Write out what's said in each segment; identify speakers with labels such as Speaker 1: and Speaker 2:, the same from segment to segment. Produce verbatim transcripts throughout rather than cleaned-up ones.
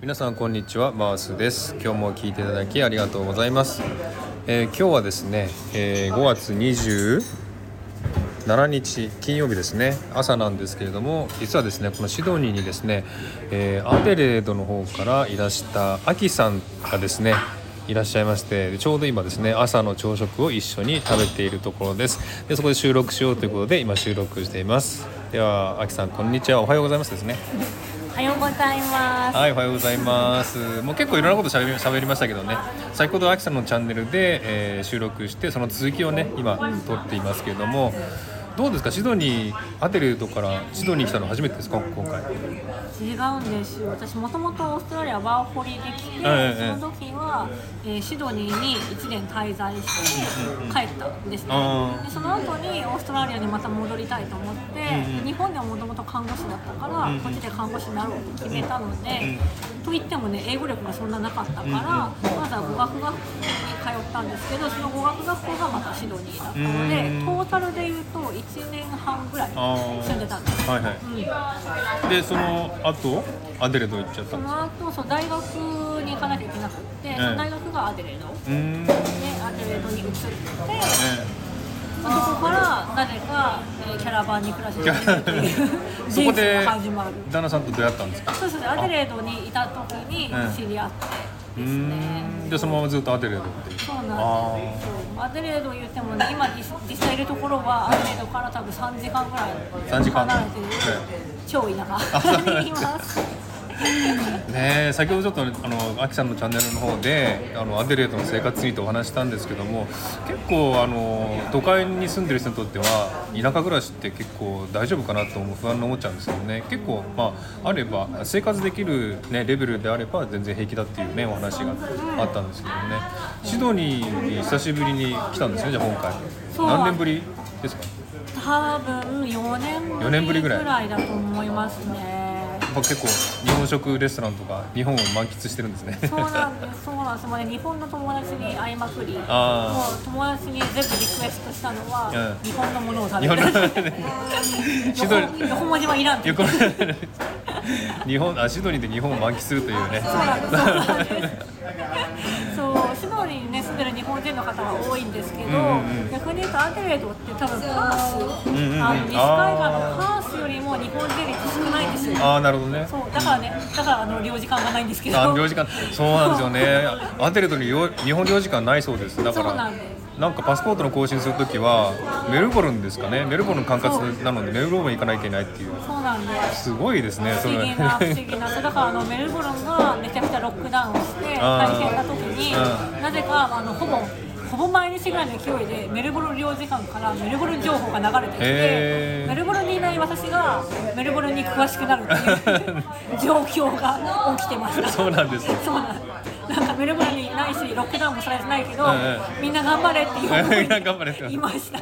Speaker 1: 皆さんこんにちは、マースです。今日も聞いていただきありがとうございます。えー、今日はですね、えー、ごがつにじゅうしちにち金曜日ですね、朝なんですけれども、実はですねこのシドニーにですね、えー、アデレードの方からいらしたアキさんがですねいらっしゃいまして、ちょうど今ですね朝の朝食を一緒に食べているところです。でそこで収録しようということで今収録しています。ではアキさんこんにちは、おはようございますですね。
Speaker 2: おはようございます。
Speaker 1: はい、おはようございます。もう結構いろんなことしゃべり、しゃべりましたけどね、先ほどアキさんのチャンネルで、えー、収録してその続きをね今撮っていますけれども、どうですか、シドニー、アデレードからシドニーに来たの初めてですか、今回。
Speaker 2: 違うんですよ。私もともとオーストラリアワーホリで来て、
Speaker 1: ええ、
Speaker 2: その時は、えー、シドニーにいちねん滞在して帰ったんですね。でその後にオーストラリアにまた戻りたいと思って、うん、日本ではもともと看護師だったから、うん、こっちで看護師になろうと決めたので、うん、といってもね英語力がそんななかったから、うん、まずは語学学校に通ったんですけど、その語学学校がまたシドニーだったので、うん、トータルでいうといちねんはんぐらい住んでたんです。
Speaker 1: はいはい、うん、でその後アデレード行っちゃったんですか。
Speaker 2: その後そう大学に行かなきゃいけなくって、ええ、その大学がアデレードでアデレードに移って、ええ、そこからなぜか、えー、キャラバンに暮らしてるっていう人生が始まる。
Speaker 1: 旦那さんと出会ったんですか。
Speaker 2: そうですね、アデレードにいた時に知り合ってですね、
Speaker 1: うん、でそのままずっとアデレードっていう。
Speaker 2: そうなんですよ。アデレード言ってもね、今実際いるところはアデレードから多分さんじかんぐらい離れてる超田舎にいます
Speaker 1: ねえ、先ほどちょっとあのアキさんのチャンネルの方であのアデレードの生活についてお話したんですけども、結構あの都会に住んでる人にとっては田舎暮らしって結構大丈夫かなと思う不安に思っちゃうんですけどね、結構まああれば生活できる、ね、レベルであれば全然平気だっていうねお話があったんですけどね。シドニーに久しぶりに来たんですね、じゃあ今回。何年ぶりですか。
Speaker 2: 多分よねんぶりぐらいだと思いますね。
Speaker 1: 結構日本食レストランとか日本を満喫してるんですね。
Speaker 2: そうなんです、そうなんです。もうね、日本の友達に会いまくり、もう友達に全部リクエストしたのは、うん、日本のものを食べる。シドニー横文字はいらんって言って
Speaker 1: 日本あシドニーで日本を満喫するというね。
Speaker 2: そうなんです、そうなんですそうシドニーに、ね、住んでる日本人の方が多いんですけど、うんうん、逆に言うとアデレードって多分パース、うんうん、あの西海岸のパースよりも日本人率少ないんですよ。
Speaker 1: あー、なるほどね。
Speaker 2: そうだからね、だからあの領事館がないんですけど。
Speaker 1: あ領事館そうなんですよね。アデレードに日本領事館ないそうです。だから
Speaker 2: そうなんです。
Speaker 1: なんかパスポートの更新するときはメルボルンですかね、メルボルン管轄なのでメルボルン行かなきゃいけないっていう。
Speaker 2: そうなんです。
Speaker 1: すごいですね。
Speaker 2: 不思議な不思議なだからあのメルボルンがめちゃくちゃロックダウンして大変な時に、なぜかあのほぼほぼ毎日ぐらいの勢いでメルボルン領事館からメルボルン情報が流れてきて、メルボルンにいない私がメルボルンに詳しくなるっていう状況が起きてました。
Speaker 1: そうなんです。
Speaker 2: そうなんなんかメルボルンにいないしロックダウンもされてないけど、みんな頑張れっていう思いでいました。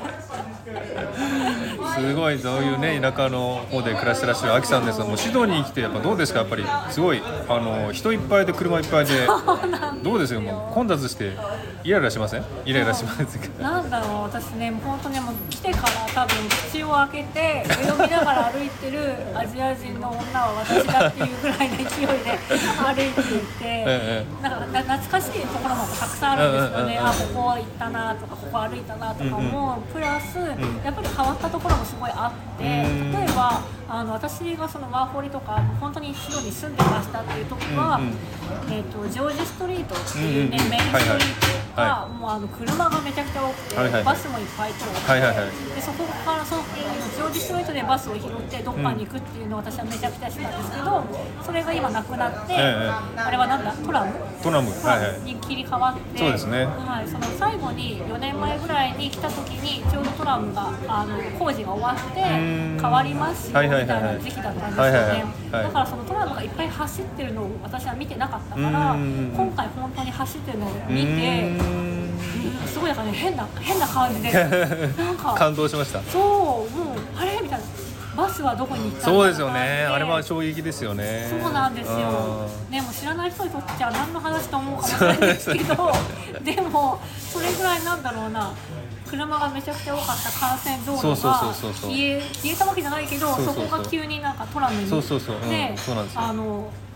Speaker 1: すごいそういうね田舎の方で暮らしてらっしゃるアキさんですが、もうシドニーに来てやっぱどうですか。やっぱりすごいあの人いっぱいで車いっぱいでどうですよ。もう混雑してイライラしません？イライラしませんか？
Speaker 2: なんだろう、私ね本当にもう来てから多分口を開けて上を見ながら歩いてるアジア人の女は私だっていうぐらいの勢いで歩いていて、ええ、なんか懐かしいところもたくさんあるんですよね。あここ行ったなとかここ歩いたなとかも、うんうん、プラス、うん、やっぱり変わったところもすごいあって、例えばあの私がそのワーホリとか本当にシドニーに住んでましたっていう時は、うんうん、えーと、ジョージストリートっていうね、うんうん、メインストリートが、はい、もうあの車がめちゃくちゃ多くて、はいはいはい、バスもいっぱい通って、はいはいはい、でそこからそのジョージストリートでバスを拾ってどっかに行くっていうのを私はめちゃくちゃしたんですけど、それが今なくなって、はいはい、あれはなんだトラム
Speaker 1: トラム、はいはい、
Speaker 2: に切り替わって、そうですね、はい、その最後によねんまえぐらいに来た時にちょうどトラムがあの工事が終わって変わりますよみたいな時期だったんですよね。だからそのトラムがいっぱい走ってるのを私は見てなかったから、今回本当に走ってるのを見て、すごいなんかね変な変な感じでなんか
Speaker 1: 感動しました。
Speaker 2: そうもうあれみたいな。バスはどこに行ったのか。
Speaker 1: そうですよね。あれは衝撃ですよね。
Speaker 2: そうなんですよ。でも知らない人にとっては何の話と思うかもしれないですけど、でもそれぐらいなんだろうな。車がめちゃくちゃ多かった幹線道路が消え消えたわけじゃないけど、そうそうそう、そこが急になんかトラムに
Speaker 1: そうそうそう、うん、
Speaker 2: で、
Speaker 1: そうなんですよ。
Speaker 2: あの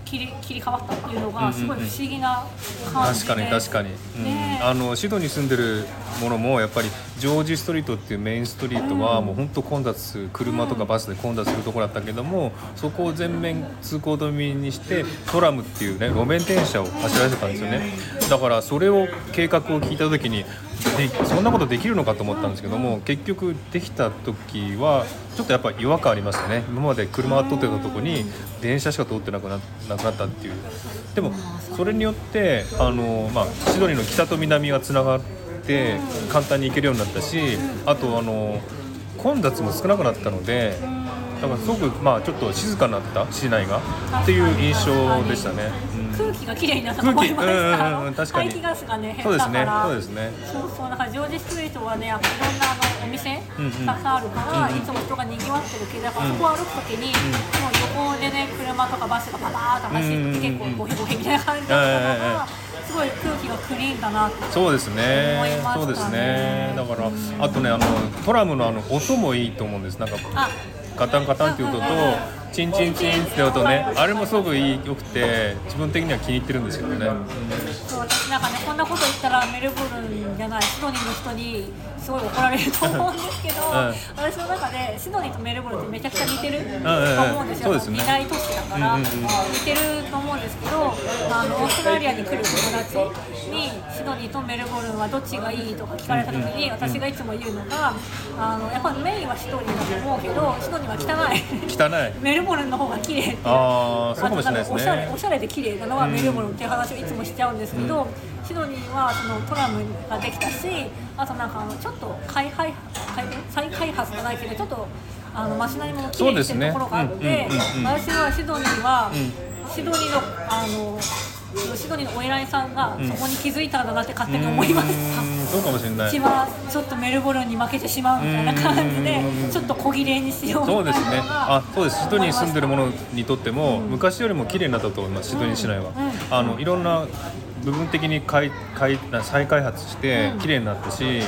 Speaker 2: 切り切り替わったっていうのがすごい不思議な感じで、
Speaker 1: 確かに確かに、
Speaker 2: ね、
Speaker 1: うん、あのシドニー住んでるものもやっぱりジョージストリートっていうメインストリートはもう本当混雑、車とかバスで混雑するところだったけども、そこを全面通行止めにしてトラムっていうね路面電車を走らせてたんですよね。だからそれを計画を聞いた時にでそんなことできるのかと思ったんですけども、結局できた時はちょっとやっぱ違和感ありましたね。今まで車が通ってたとこに電車しか通ってなく な, なくなったっていう。でもそれによってあの、まあ、シドニーの北と南がつながって簡単に行けるようになったし、あとあの混雑も少なくなったので、だからすごく、まあ、ちょっと静かになった市内がっていう印象でしたね。うん、
Speaker 2: 空気がきれいになったと思いました。
Speaker 1: うんうんうん、確かに
Speaker 2: 排気ガスがね減ったから。
Speaker 1: そうですね。
Speaker 2: そうですね。そうそう、だからジョージストリートはね、いろんなあのお店
Speaker 1: うんうん
Speaker 2: たくさんあるから、
Speaker 1: うんうん、
Speaker 2: いつも人が賑わってるけど、だからそこを歩くときに、うん、もう横でね車とかバスがパパーッと走ってて、結構ゴヘゴヘみたいな感じだったのが、すごい空気がクリーンだなって思いましたね。
Speaker 1: そうですね。そうですね。だから、うん、あとね、あのトラムのあの音もいいと思うんです。なんかカタンカタンっていう音と、チンチンチンって音ね、あれもすごくいい良くて、自分的には気に入ってるんですけどね。うん、
Speaker 2: そう、私なんかね、こんなこと言ったらメルボルンじゃないシドニーの人にすごい怒られると思うんですけど、うん、私の中でシドニーとメルボルンってめちゃくちゃ似てると思うんですよ。二大都市だから、うんうんうん、似てると思うんですけど、あのオーストラリアに来る友達にシドニーとメルボルンはどっちがいいとか聞かれた時に、私がいつも言うのが、あのやっぱりメインはシドニーだと思うけど、シドニーは汚い
Speaker 1: 汚いメ
Speaker 2: ルボルンの方が綺麗っていう、
Speaker 1: あー、そうかもしれないですね。
Speaker 2: おしゃれ、おしゃれで綺麗なのはメルボルンっていう話をいつもしちゃうんですけど、うん、シドニーはそのトラムができたし、あとなんかあのちょっと開廃再開発じゃないけどちょっとあの街並みも綺麗にしてるところがあって、私はシドニーは、うん、シドニーのあのシドニーのお偉いさんがそこに気づいたんだなって勝手に思いました。
Speaker 1: うん、そうかもしれない。
Speaker 2: うちはちょっとメルボルンに負けてしまうみたいな感じで、ちょっと小綺麗にしようみたいなのが。
Speaker 1: そうですね。あ、そうです。シドニーに住んでる者にとっても、うん、昔よりも綺麗になったと思います。シドニー市内は、うんうん、あのいろんな部分的に再開発して綺麗になったし、うん、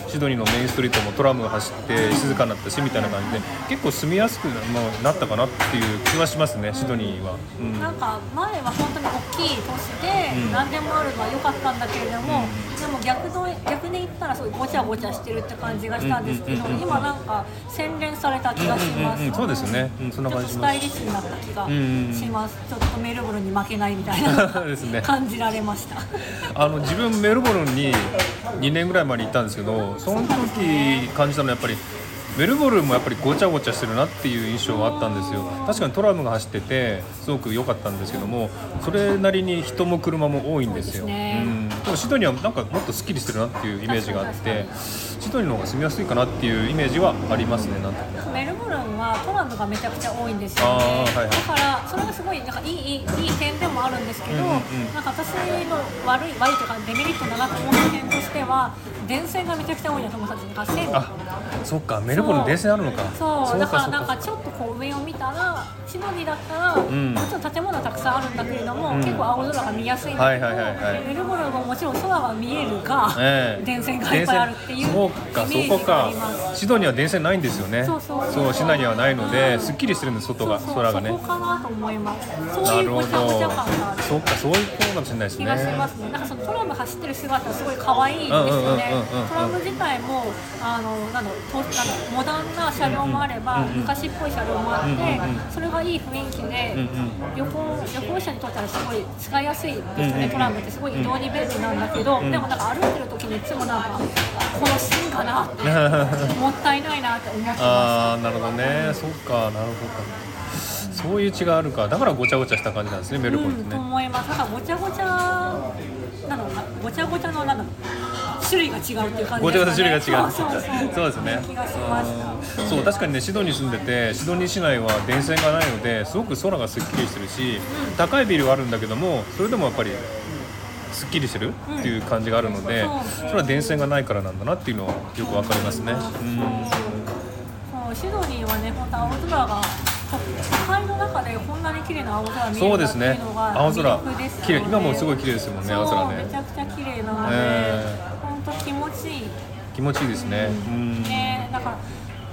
Speaker 1: シドニーのメインストリートもトラムが走って静かになったしみたいな感じで、結構住みやすくなったかなっていう気はしますね、シドニーは。
Speaker 2: うん、なんか前は本当に大きい都市で何でもあるのは良かったんだけれども、うん、でも逆の逆に言ったらそういうごちゃごちゃしてるって感じがしたんですけど、今なんか洗練された気がします。
Speaker 1: うんうんうん、そうですね、うん、そんな感じします。
Speaker 2: ちょっとスタイリッシュになった気がします。うんうん、ちょっとメルボルンに負けないみたいなです、ね、感じられました。
Speaker 1: あの自分メルボルンににねんぐらい前に行ったんですけど、その時感じたのはやっぱりメルボルンもやっぱりごちゃごちゃしてるなっていう印象があったんですよ。確かにトラムが走っててすごく良かったんですけども、それなりに人も車も多いんですよ。うん、でもシドニーはなんかもっとスッキリしてるなっていうイメージがあって、シドニーの方が住みやすいかなっていうイメージはありますね。なんと
Speaker 2: メルボルンはトラムがめちゃくちゃ多いんですよね。はいはい、だからそれがすごいなんかいいいいいい点でもあるんですけど、うんうん、なんか私の悪い悪いとかデメリットだなと思う点としては、電線がめちゃくちゃ多いなと思ったんですよ。線路。
Speaker 1: あ、そっか、メルボルン電線あるのか。
Speaker 2: そう、だからなんかちょっとこう上を見たらシドニーだったら、うん、もちろん建物たくさんあるんだけれども、うん、結構青空が見やすいんだけど、メルボルンももちろん空は見えるが、えー、電線がいっぱいあるっていうイメージがあります。
Speaker 1: シドニーは電線ないんですよね。
Speaker 2: そうそうそう、
Speaker 1: そう、市内にはないので、うん、すっきりしてるんです、外が。
Speaker 2: そうそう、
Speaker 1: 空がね。
Speaker 2: そこかなと思います。そういうごちゃごちゃ感がある。
Speaker 1: そうか、そういうことかもしれないですね。
Speaker 2: 気がしますね。なんかそのトラム走ってる姿すごい可愛いんですよね。トラム自体もあのなんだろう、モダンな車両もあれば、うんうん、昔っぽい車両もあって、うんうん、それがいい雰囲気で、うんうん、旅行旅行者にとってはすごい使いやすいですね。うんうん、トラムってすごい移動に便利なんだけど、うん、でもなんか歩いてる時にいつもなんかこの芯かなってもったいないなって思ってます。
Speaker 1: あー、なるほどね。そっか、なるほど。そういう違いあるか。だからごちゃごちゃした感じなんですね、メルボルンってね。
Speaker 2: うん、と思います。なんかごちゃごちゃなのか、ごちゃごちゃのなんだろう、種類が違うっていう感じですかね。
Speaker 1: ごちゃごちゃ種類が違う。
Speaker 2: そうそうそう、
Speaker 1: そうですね。
Speaker 2: 気がしました。
Speaker 1: そう、確かにね、シドニーに住んでて、シドニー市内は電線がないのですごく空がすっきりしてるし、うん、高いビルはあるんだけども、それでもやっぱりすっきりしてるっていう感じがあるので、うん、それは電線がないからなんだなっていうのはよくわかりますね。うん、
Speaker 2: そう、シドニーはね、本当青空が都会の中でこんなに綺麗な青空見えるっていうのが魅力ですよね。
Speaker 1: 今もすごい綺麗ですもんね、青空ね。
Speaker 2: めちゃくちゃ綺麗なので、えー、本当気持ちいい。
Speaker 1: 気持ちいいですね。
Speaker 2: うん、ね、だから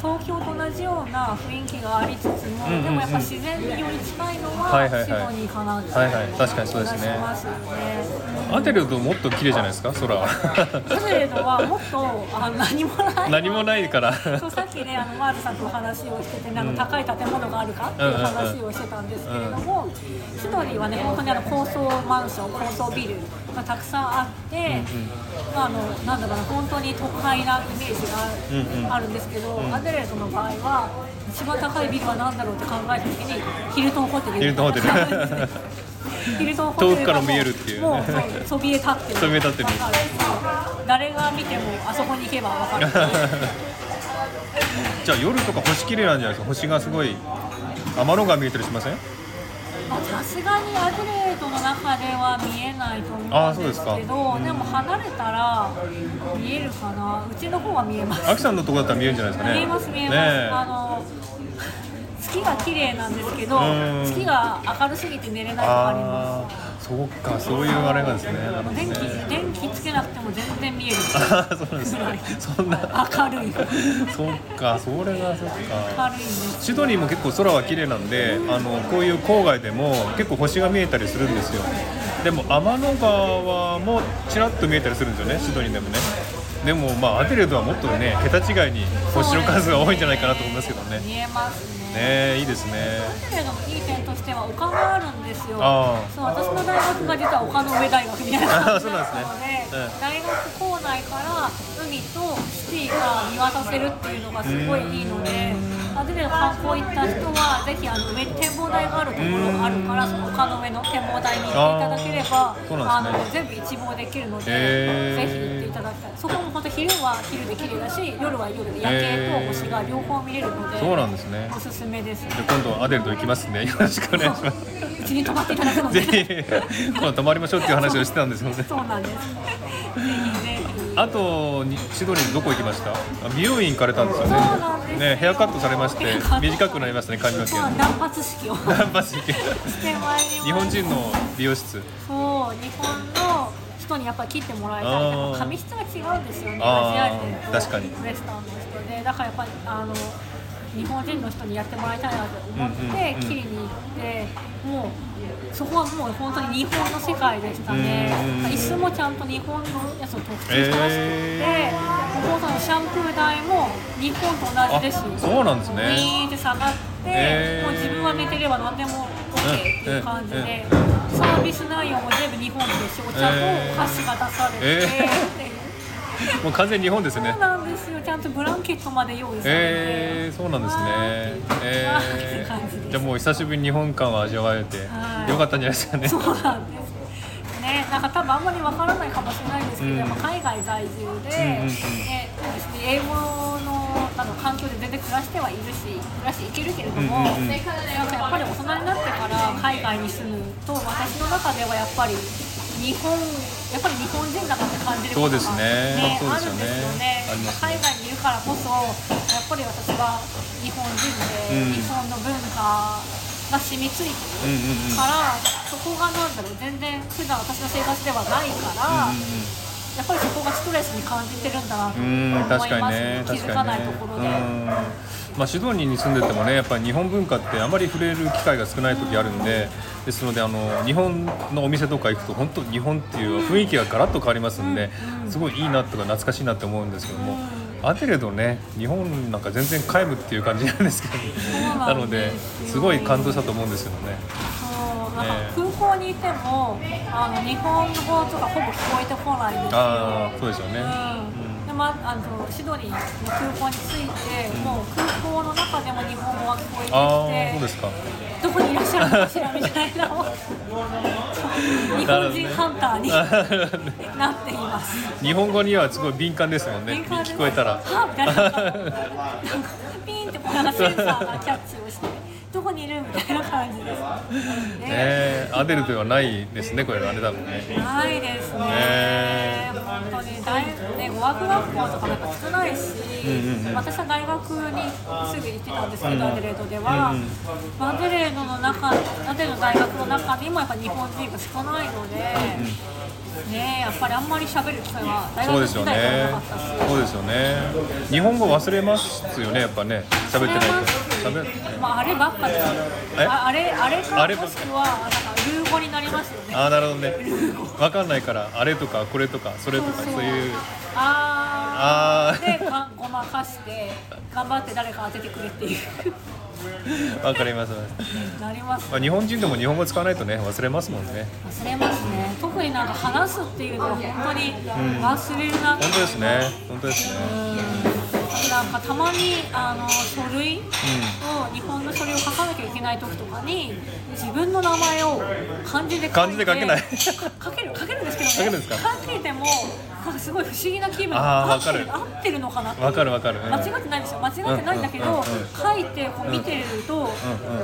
Speaker 2: 東京と同じような雰囲気がありつつも、うんうんうん、でもやっぱ自然により近いのはシドニーかなって気がしますよね。
Speaker 1: アデレードもっと綺麗じゃないですか、空は。
Speaker 2: アデレードはもっとあ何もない
Speaker 1: 何もないから
Speaker 2: そうさっきねあのマールさんとお話をしてて、ね、あの高い建物があるかっていう話をしてたんですけれども、うんうんうん、シドニーはね本当にあの高層マンション高層ビルがたくさんあって、うんうん、まあ、あのなんだろうな本当に都会なイメージがある、うんうん、あるんですけど、うん、アデレードの場合は一番高いビルは何だろうって考えた時にヒルトンホテル
Speaker 1: ヒルトンホテル
Speaker 2: ヒルトンホテル
Speaker 1: 遠くから見えるっていう、ね、
Speaker 2: もうそびえ立ってる
Speaker 1: そびえ立ってる
Speaker 2: 誰が見てもあそこに行けば分かる
Speaker 1: じゃあ夜とか星綺麗なんじゃないですか。星がすごい天の川見えたりしません？
Speaker 2: さすがにアデレードの中では見えないと思うんですけど、でも離れたら見えるかな。うちの方は見えます。
Speaker 1: アキさんのとこだったら見えるんじゃないですかね。
Speaker 2: 見えます見えます、ね、あの月が綺麗なんですけど、月が明るすぎて寝れないとかあります。
Speaker 1: そうか、そういうあれがですね。
Speaker 2: 電気、電気つけなくても全然見える。
Speaker 1: ああ、そうなんですね。そんな
Speaker 2: 明るい。
Speaker 1: そうか、それがそっか。
Speaker 2: 明るいんです。
Speaker 1: シドニーも結構空は綺麗なんで、あのこういう郊外でも結構星が見えたりするんですよ。でも天の川もちらっと見えたりするんですよね、シドニーでもね。でもまあアデレードはもっとね桁違いに星の数が多いんじゃないかなと思いますけどね。
Speaker 2: 見えますね。
Speaker 1: ね、いいですね。
Speaker 2: アデレードのいい点としては丘があるんですよ。そう私の大学が実は丘の上大学みたいな感じなので、大学構内から海とシティが見渡せるっていうのがすごいいいので、アデレード観光行った人はぜひあの上に展望台があるところがあるからその丘の上の展望台に行っていただければ、あの全部一望できるので、ぜひ行っていただきたい。そこも本当昼は昼で綺麗だし、夜は夜で夜景と星が両方見れるので、
Speaker 1: そうなんですね。
Speaker 2: おすすめです。
Speaker 1: じゃ今度アデレード行きますんでよろしくお願いします。
Speaker 2: うちに泊まっていただくので、
Speaker 1: ぜひ今度泊まりましょうっていう話をしてたんですよね。
Speaker 2: そうなんです。ぜひぜひ。
Speaker 1: あとシドニーどこ行きました？美容院行かれたんですよね。
Speaker 2: そうなんです。
Speaker 1: ね、ヘアカットされまして短くなりましたね、髪の毛。
Speaker 2: 断髪式を
Speaker 1: 断髪式して
Speaker 2: まいりました。
Speaker 1: 日本人の美容室。
Speaker 2: そう、日本の人にやっぱり切ってもらいたい。やっぱ髪質が違うんですよね。アジア人と
Speaker 1: 確かに
Speaker 2: ウエスタンの人で、だからやっぱりあの日本人の人にやってもらいたいなと思って切りに行って、もうそこはもう本当に日本の世界でしたね。椅子もちゃんと日本のやつを特注したらしくて、えー、もうそのシャンプー台も日本と同じです。
Speaker 1: そうなんですね。
Speaker 2: ウィーンって下がって、えー、もう自分は寝てれば何でも OK っていう感じで、えーえー、サービス内容も全部日本ですし、お茶とお菓子が出されて、えーえー
Speaker 1: もう完全に日本ですよね。
Speaker 2: そうなんですよ。ちゃんとブランケットまで用意されて、
Speaker 1: えー、そうなんですね。えー、じゃあもう久しぶりに日本感を味わえてよかったんじゃないですかね。
Speaker 2: そうなんですね。なんか多分あんまりわからないかもしれないんですけど、うん、海外在住で、うんうんうん、ね、英語のあの環境で全然暮らしてはいるし、暮らしていけるけれども、うんうんうん、なんかやっぱり大人になってから海外に住むと私の中ではやっぱり日本、やっぱり日本人だなって感じることが、ね、ね、あるんですよね。海外にいるからこそやっぱり私は日本人で、うん、日本の文化が染みついてるから、うんうんうん、そこがなんだろう、全然普段私の生活ではないから、うんうんうん、やっぱりそこがストレスに感じてるんだなと思いますね。気づかないところで。
Speaker 1: まあ、シドニーに住んでてもね、やっぱり日本文化ってあまり触れる機会が少ない時あるんで、うん、ですのであの日本のお店とか行くと本当日本っていう雰囲気がガラッと変わりますんで、うん、すごいいいなとか懐かしいなって思うんですけども、うん、アデレードね、日本なんか全然皆無っていう感じなんですけど、なのですごい感動したと思うんですよね。
Speaker 2: なんか空港にいてもあの日本語とかほぼ聞こえてこないんですよ。
Speaker 1: あそうですよね。
Speaker 2: うんまあ、あのシドニーの空港に着いて、うん、もう空港の中でも日本語が聞こえてきて、
Speaker 1: あそうですか。
Speaker 2: どこにいらっしゃるのかしらみたいな日本人ハンターになっています。
Speaker 1: 日本語にはすごい敏感ですもんね。聞こえたら
Speaker 2: はみたいななんかピーンってこうなんかセンサーがキャッチをしてどこにいるみたいな感じですね。
Speaker 1: ね、アデルではないですね、これあれだもんね。
Speaker 2: ないですね。
Speaker 1: ね
Speaker 2: 本当に大、ね、語学学校とかなんか少ないし、
Speaker 1: うんうん、
Speaker 2: 私は大学にすぐ行ってたんですけど、うん、アデレードでは、うん、アデレードの中、アデレードの大学の中にもやっぱ日本人が少ないので。うんうんね、やっぱりあんまり喋る機会は大学時代からなかったし、
Speaker 1: そうですよね。日本語忘れますよね、やっぱね、喋ってないと。喋る、
Speaker 2: まあ、あればっかですよ。あ、あれ、あれかもしくはなんかルー語になりますよね。
Speaker 1: あ、なるほどね。わかんないからあれとかこれとかそれとかそういう。
Speaker 2: あー、でごまかして頑張って誰か当ててくれっていう。
Speaker 1: わかります。
Speaker 2: なります、ね。
Speaker 1: まあ、日本人でも日本語使わないとね忘れますもんね。
Speaker 2: 忘れますね。特になんか話すっていうのは本当に忘れるなって、
Speaker 1: うん。本当ですね。本当ですね。
Speaker 2: なんかたまにあの書類を、うん、日本の書類を書かなきゃいけない時とかに自分の名前を漢字で書いて
Speaker 1: 漢字で書けない
Speaker 2: 書ける書けるんですけどね。
Speaker 1: 書けるんですか。
Speaker 2: 書けてもなんかすごい不思議な気分。
Speaker 1: あ
Speaker 2: 合ってる合ってるのかなって。
Speaker 1: わかるわかる。
Speaker 2: 間違ってないんですよ。間違ってないんだけど、うんうんうん、書いてこう見てると、うんうん、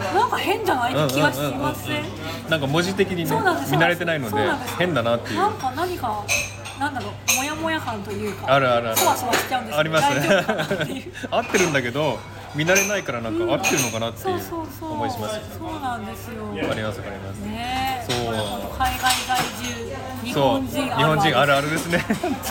Speaker 2: なんか変じゃないって気がしません、うんうんうんうん、
Speaker 1: なんか文字的にね見慣れてないので変だなっていう。
Speaker 2: なんか何かなんだろう、モヤモヤ感というか、
Speaker 1: あるあるある、
Speaker 2: そわそわしちゃうんですよ。
Speaker 1: ありますね。合ってるんだけど見慣れないからなんか合ってるのかなっていう思いします。
Speaker 2: そうなんですよ。
Speaker 1: わかりますわかります。
Speaker 2: ね、
Speaker 1: そう。
Speaker 2: 海外在住日本人
Speaker 1: 日本人あるあるですね。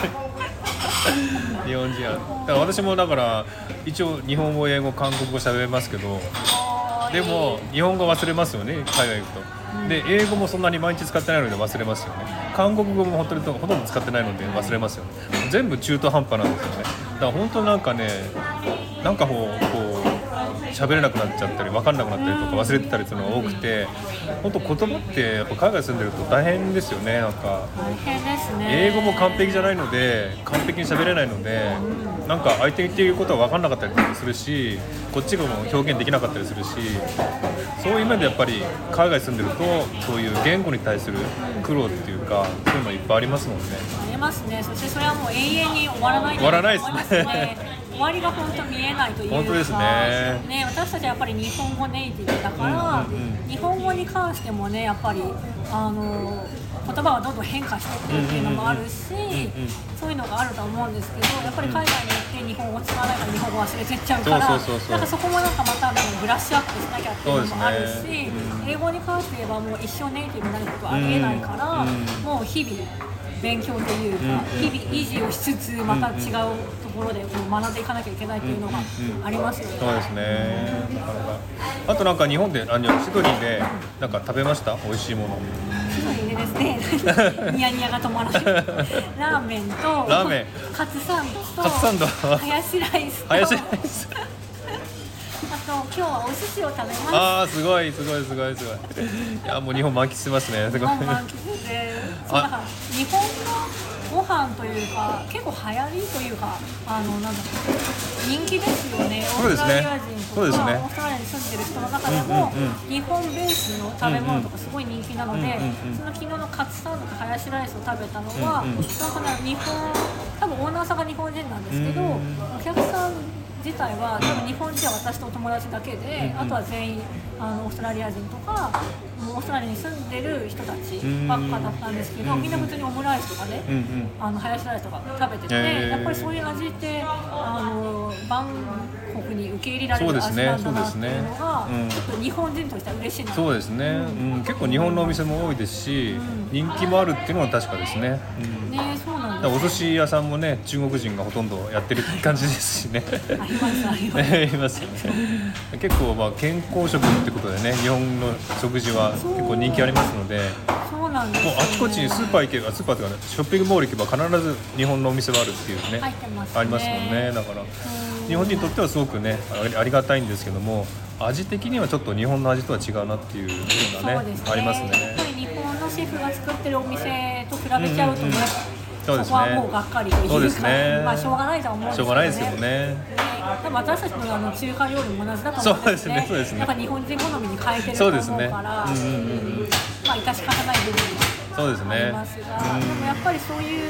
Speaker 1: 日本人ある。だから私もだから一応日本語英語韓国語喋れますけど、でも日本語忘れますよね、海外行くと。で英語もそんなに毎日使ってないので忘れますよね。韓国語も本当にほとんど使ってないので忘れますよね。全部中途半端なんですよね。だから本当なんかね、なんかこうこう喋れなくなっちゃったり分かんなくなったりとか忘れてたりするのが多くて、本当言葉ってやっぱ海外住んでると大変ですよね。なんか
Speaker 2: 大変ですね。
Speaker 1: 英語も完璧じゃないので完璧に喋れないので、なんか相手が言っていることは分かんなかったりするし、こっちがも表現できなかったりするし、そういう面でやっぱり海外住んでるとそういう言語に対する苦労っていうか、そういうのいっぱいありますもんね。
Speaker 2: ありますね。そしてそれはもう永遠に終わらないと
Speaker 1: 終わらないです
Speaker 2: ね。終わりが本当見えないというか、
Speaker 1: 本当ですね。
Speaker 2: ね、私たちはやっぱり日本語ネイティブだから、うんうんうん、日本語に関してもね、やっぱりあの言葉はどんどん変化していくっていうのもあるし、うんうんうん、そういうのがあると思うんですけど、やっぱり海外に行って日本語使わないから日本語忘れてっちゃうから、そうそうそうそう、なんかそこもなんかまたブラッシュアップしなきゃっていうのもあるし、ね、うん、英語に関して言えばもう一生ネイティブになることはありえないから、うんうん、もう日々勉強というか、うん、日々維持をしつつまた違うところで学んでいかなきゃいけないというのがありますよね。
Speaker 1: そうですね。あとなんか日本であのシドニーでなんか食べました？美味しいもの。
Speaker 2: シドニーでですね、ニヤニヤが止まらない。ラーメンと
Speaker 1: ラーメン、
Speaker 2: カツサンドと
Speaker 1: カツサンド、
Speaker 2: ハヤシライスと、
Speaker 1: ハヤシライス。
Speaker 2: あと今日はお寿司を食べます。
Speaker 1: ああ、すごいすごいすごいすごい。いやもう日本満喫してますね。すごい。
Speaker 2: 日本満喫で、そうだから日本のご飯というか結構流行りというか、あのなんだろう、人気ですよね。オーストラリア人とか、ね、オーストラリアに住んでる人の中でも、うんうんうん、日本ベースの食べ物とかすごい人気なので、うんうん、その昨日のカツサンドとハヤシライスを食べたのは、うんうん、なんかね、日本多分オーナーさんが日本人なんですけど、うんうん、お客さん自体は多分日本人は私とお友達だけで、うん、あとは全員あのオーストラリア人とかオーストラリアに住んでる人たちばっかだったんですけど、うん、みんな普通にオムライスとかね、うんうん、あのハヤシライスとか食べてて、えー、やっぱりそういう味ってあのバンコクに受け入れられる味なんだなっていうのが、うん、ちょっと日本人としては嬉しいな。
Speaker 1: そうですね、うんうん、結構日本のお店も多いですし、うん、人気もあるっていうのは確かですね。うん、
Speaker 2: ね、そうなんです。
Speaker 1: お寿司屋さんもね、中国人がほとんどやってる感じですしね。
Speaker 2: ありますあります。
Speaker 1: いますよね。結構まあ健康食ってことでね、日本の食事は結構人気ありますので、
Speaker 2: そうなんですよね。
Speaker 1: もうあちこちにスーパー行けばスーパーとか、ね、ショッピングモール行けば必ず日本のお店があるっていうね、
Speaker 2: 入ってますね、
Speaker 1: ありますもんね。だから日本人にとってはすごくねありがたいんですけども、味的にはちょっと日本の味とは違うなっていうのが ね, ねありますね。
Speaker 2: やっぱり日本のシェフが作ってるお店と比べちゃうとね、うんうんうん、
Speaker 1: そうですね、
Speaker 2: そこはもうがっかりというか、
Speaker 1: そうですね、
Speaker 2: まあしょうがないとは思うんですけどね。
Speaker 1: しょうがないですけどね。
Speaker 2: でも私たちのあの中華料理も同じだと思うんですね。
Speaker 1: そうですね、そうですね。
Speaker 2: やっぱ日本人好みに変えてると思うから、そうですね、うんうんうん、まあ致し方ない部分もありますが、でもやっぱりそういう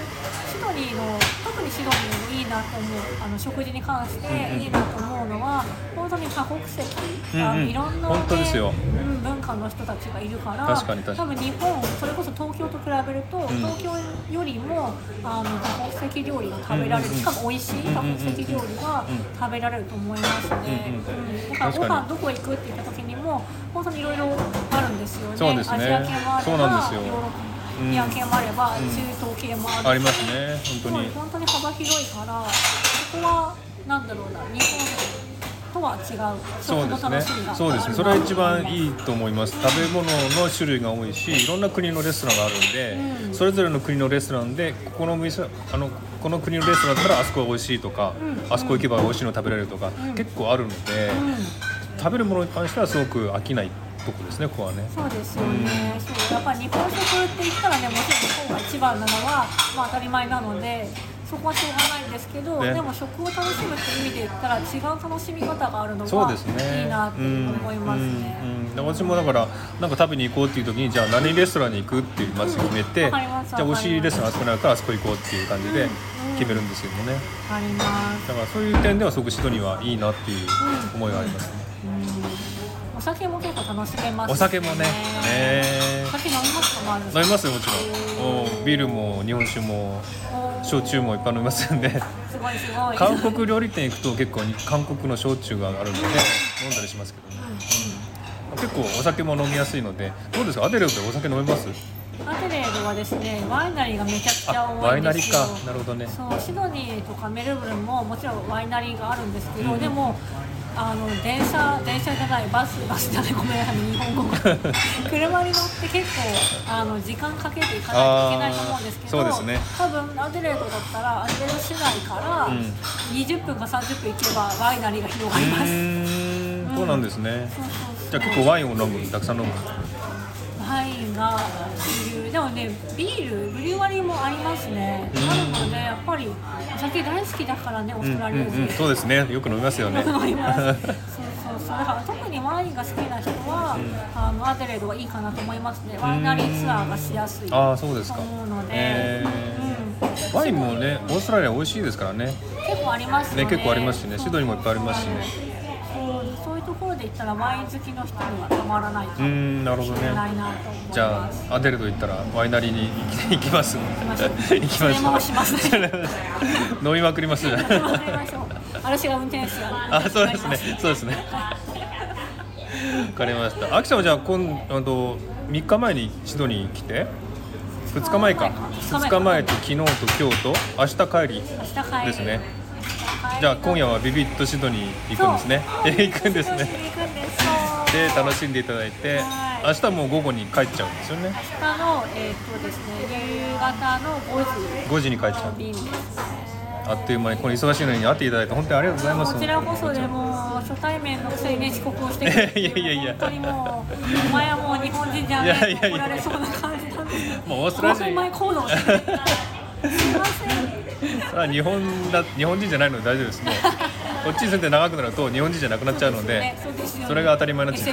Speaker 2: シドニーの特にシドニーのいいなと思うあの食事に関していいなと思うのは、うんうん、本当に多国籍、うんうん、あのいろんな、ね、
Speaker 1: 本当ですよ、
Speaker 2: うん、文化の人たちがいるから
Speaker 1: 確かに確かに
Speaker 2: 多分日本それこそ東京と比べると、うん、東京よりもあの多国籍料理が食べられる、うんうん、しかも美味しい多国籍料理が食べられると思いますね、うんうんうん、だからご飯どこ行くって言った時にも本当にいろいろあるんですよね。
Speaker 1: そうですね、
Speaker 2: アジア系もあれば
Speaker 1: そうなんですよ、
Speaker 2: ヨーロピア系もあれば、うん、中東系もある、
Speaker 1: ありますね、本当に
Speaker 2: 本当に幅広いからそこはなんだろうな日本とは違う
Speaker 1: そうですね、そうですね、それは一番いいと思います。食べ物の種類が多いし、いろんな国のレストランがあるんで、うん、それぞれの国のレストランでここの店あのこの国のレストランだったらあそこが美味しいとか、うん、あそこ行けば美味しいの食べられるとか、うん、結構あるので、うん、食べるものに関してはすごく飽きないとこですね、ここはね。
Speaker 2: そうですよね、うん、そうやっぱり日本食って言ったらね、もちろん日本が一番なのは、まあ、当たり前なのでそこはしょうがないんですけど、ね、でも食を楽しむっていう意味で言ったら違う楽しみ方があるのがいいなって思いますね。
Speaker 1: うんうんうん、私もだからなんか食べに行こうっていう時にじゃあ何レストランに行くっていうまず決めて、うん、じゃあ美味しいレストランあそこにあるからあそこ行こうっていう感じで決めるんですけどもね。
Speaker 2: うん、あります。
Speaker 1: だからそういう点ではすごくシドニーはいいなっていう思いがありますね。
Speaker 2: うんうん、お酒も結構楽しめます、ね、
Speaker 1: お酒もね、え
Speaker 2: ー、お酒飲みますか？まず
Speaker 1: 飲みますよ、もちろん。ビールも日本酒も焼酎もいっぱい飲みますんで。
Speaker 2: すごいすごい。
Speaker 1: 韓国料理店行くと結構韓国の焼酎があるので飲んだりしますけどね、うんうん、結構お酒も飲みやすいので。どうですか、アデレードでお酒飲めます？
Speaker 2: アデレードはですね、ワイナリーがめちゃくちゃ多いんですよ。
Speaker 1: ワイナリーか、なるほどね。
Speaker 2: そう、シドニーとかメルブルンももちろんワイナリーがあるんですけど、うん、でもあの電車電車じゃないバスバスじゃないごめんなさい日本語が車に乗って結構あの時間かけていかないといけないと思うんですけど、
Speaker 1: そうですね、
Speaker 2: 多分アデレードだったらアデレード市内からにじゅっぷんかさんじゅっぷん行けばワイナリーが広がります。う
Speaker 1: ーん、そうなんですね。
Speaker 2: そうそうそう、
Speaker 1: じゃあ結構ワインを飲む、たくさん飲む。
Speaker 2: ワインが主流でもね、ビールブリュワリーもありますね。なので、ね、やっぱりお酒大好きだからね、オーストラリア人、
Speaker 1: うんうんうん、そうですね、よく飲みますよね。
Speaker 2: よく飲みますそうそうそう、だから特にワインが好きな人は、うん、あのアデレードがいいかなと思いますね。ワイナリーツアーがしやすいと思うので、
Speaker 1: えーうん、ワインもね、オーストラリア美味しいですからね。
Speaker 2: 結構ありますよね。
Speaker 1: ね、結構ありますしね、シドニーもいっぱいありますしね。
Speaker 2: そういうところで言ったらワイン好きの人にはたまらないかもしれないなと思います。
Speaker 1: じゃあアデレード行ったらワイナリーに行きます。
Speaker 2: 行きましょう。
Speaker 1: 飲みまくります。
Speaker 2: 飲みましょう。私が運転手や。
Speaker 1: あ、そうですね。そうですね。わかりました。アキさんはじゃあ今あのみっかまえにシドニー来て、ふつかまえか。ふつかまえと昨日と今日と明日帰りですね。じゃあ今夜はビビットシドニー行くんですね。行くんですね。で楽しんでいただいて、明日も午後に帰っちゃうんですよね。
Speaker 2: 明日のえー、っとですね、夕方のごじ
Speaker 1: ごじに帰っちゃう。
Speaker 2: 便ですね。
Speaker 1: あっという間にこの忙しいのに会っていただいて本当にありがとうございます。
Speaker 2: こちらこそでも初対面のくせにね遅刻をしてくれて、
Speaker 1: いやいやいや、
Speaker 2: 本当にもうお前はもう日本人じゃないと怒られそうな感じなんですけど、
Speaker 1: もうオーストラリア人
Speaker 2: 前行動してくれた。すいません。
Speaker 1: それは日本だ日本人じゃないので大丈夫です。もうこっちに住んで長くなると日本人じゃなくなっちゃうので、そ, で、ね そ, ね、それが当たり前になっちゃう。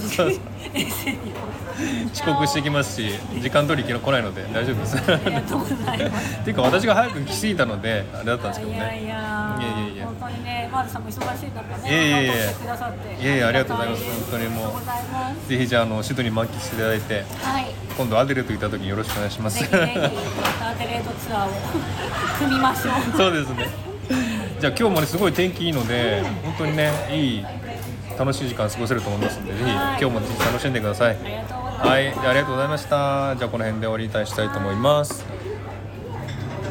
Speaker 1: 遅刻してきますし時間通り来ないので大丈夫です。
Speaker 2: ありがとうございます。
Speaker 1: っていうか私が早く来すぎたのであれだったんですけどね。
Speaker 2: いやいやいやいや本当にね、マーズさんも忙しい中ね、
Speaker 1: いやいやいや
Speaker 2: い
Speaker 1: やいやありがとうございます。本当にもうぜひじゃあ、あのシドニー満喫していただいて、はい、今度アデレード行った時によろしくお願いします。
Speaker 2: ぜひぜひアデレードツアーを組みましょう。
Speaker 1: そうですね。じゃあ今日もねすごい天気いいので、うん、本当にねいい楽しい時間過ごせると思いますので、ぜひ今日もぜひ楽しんでください。
Speaker 2: ありがとうございます。
Speaker 1: はい、ありがとうございました。じゃあこの辺で終わりにしたいと思います。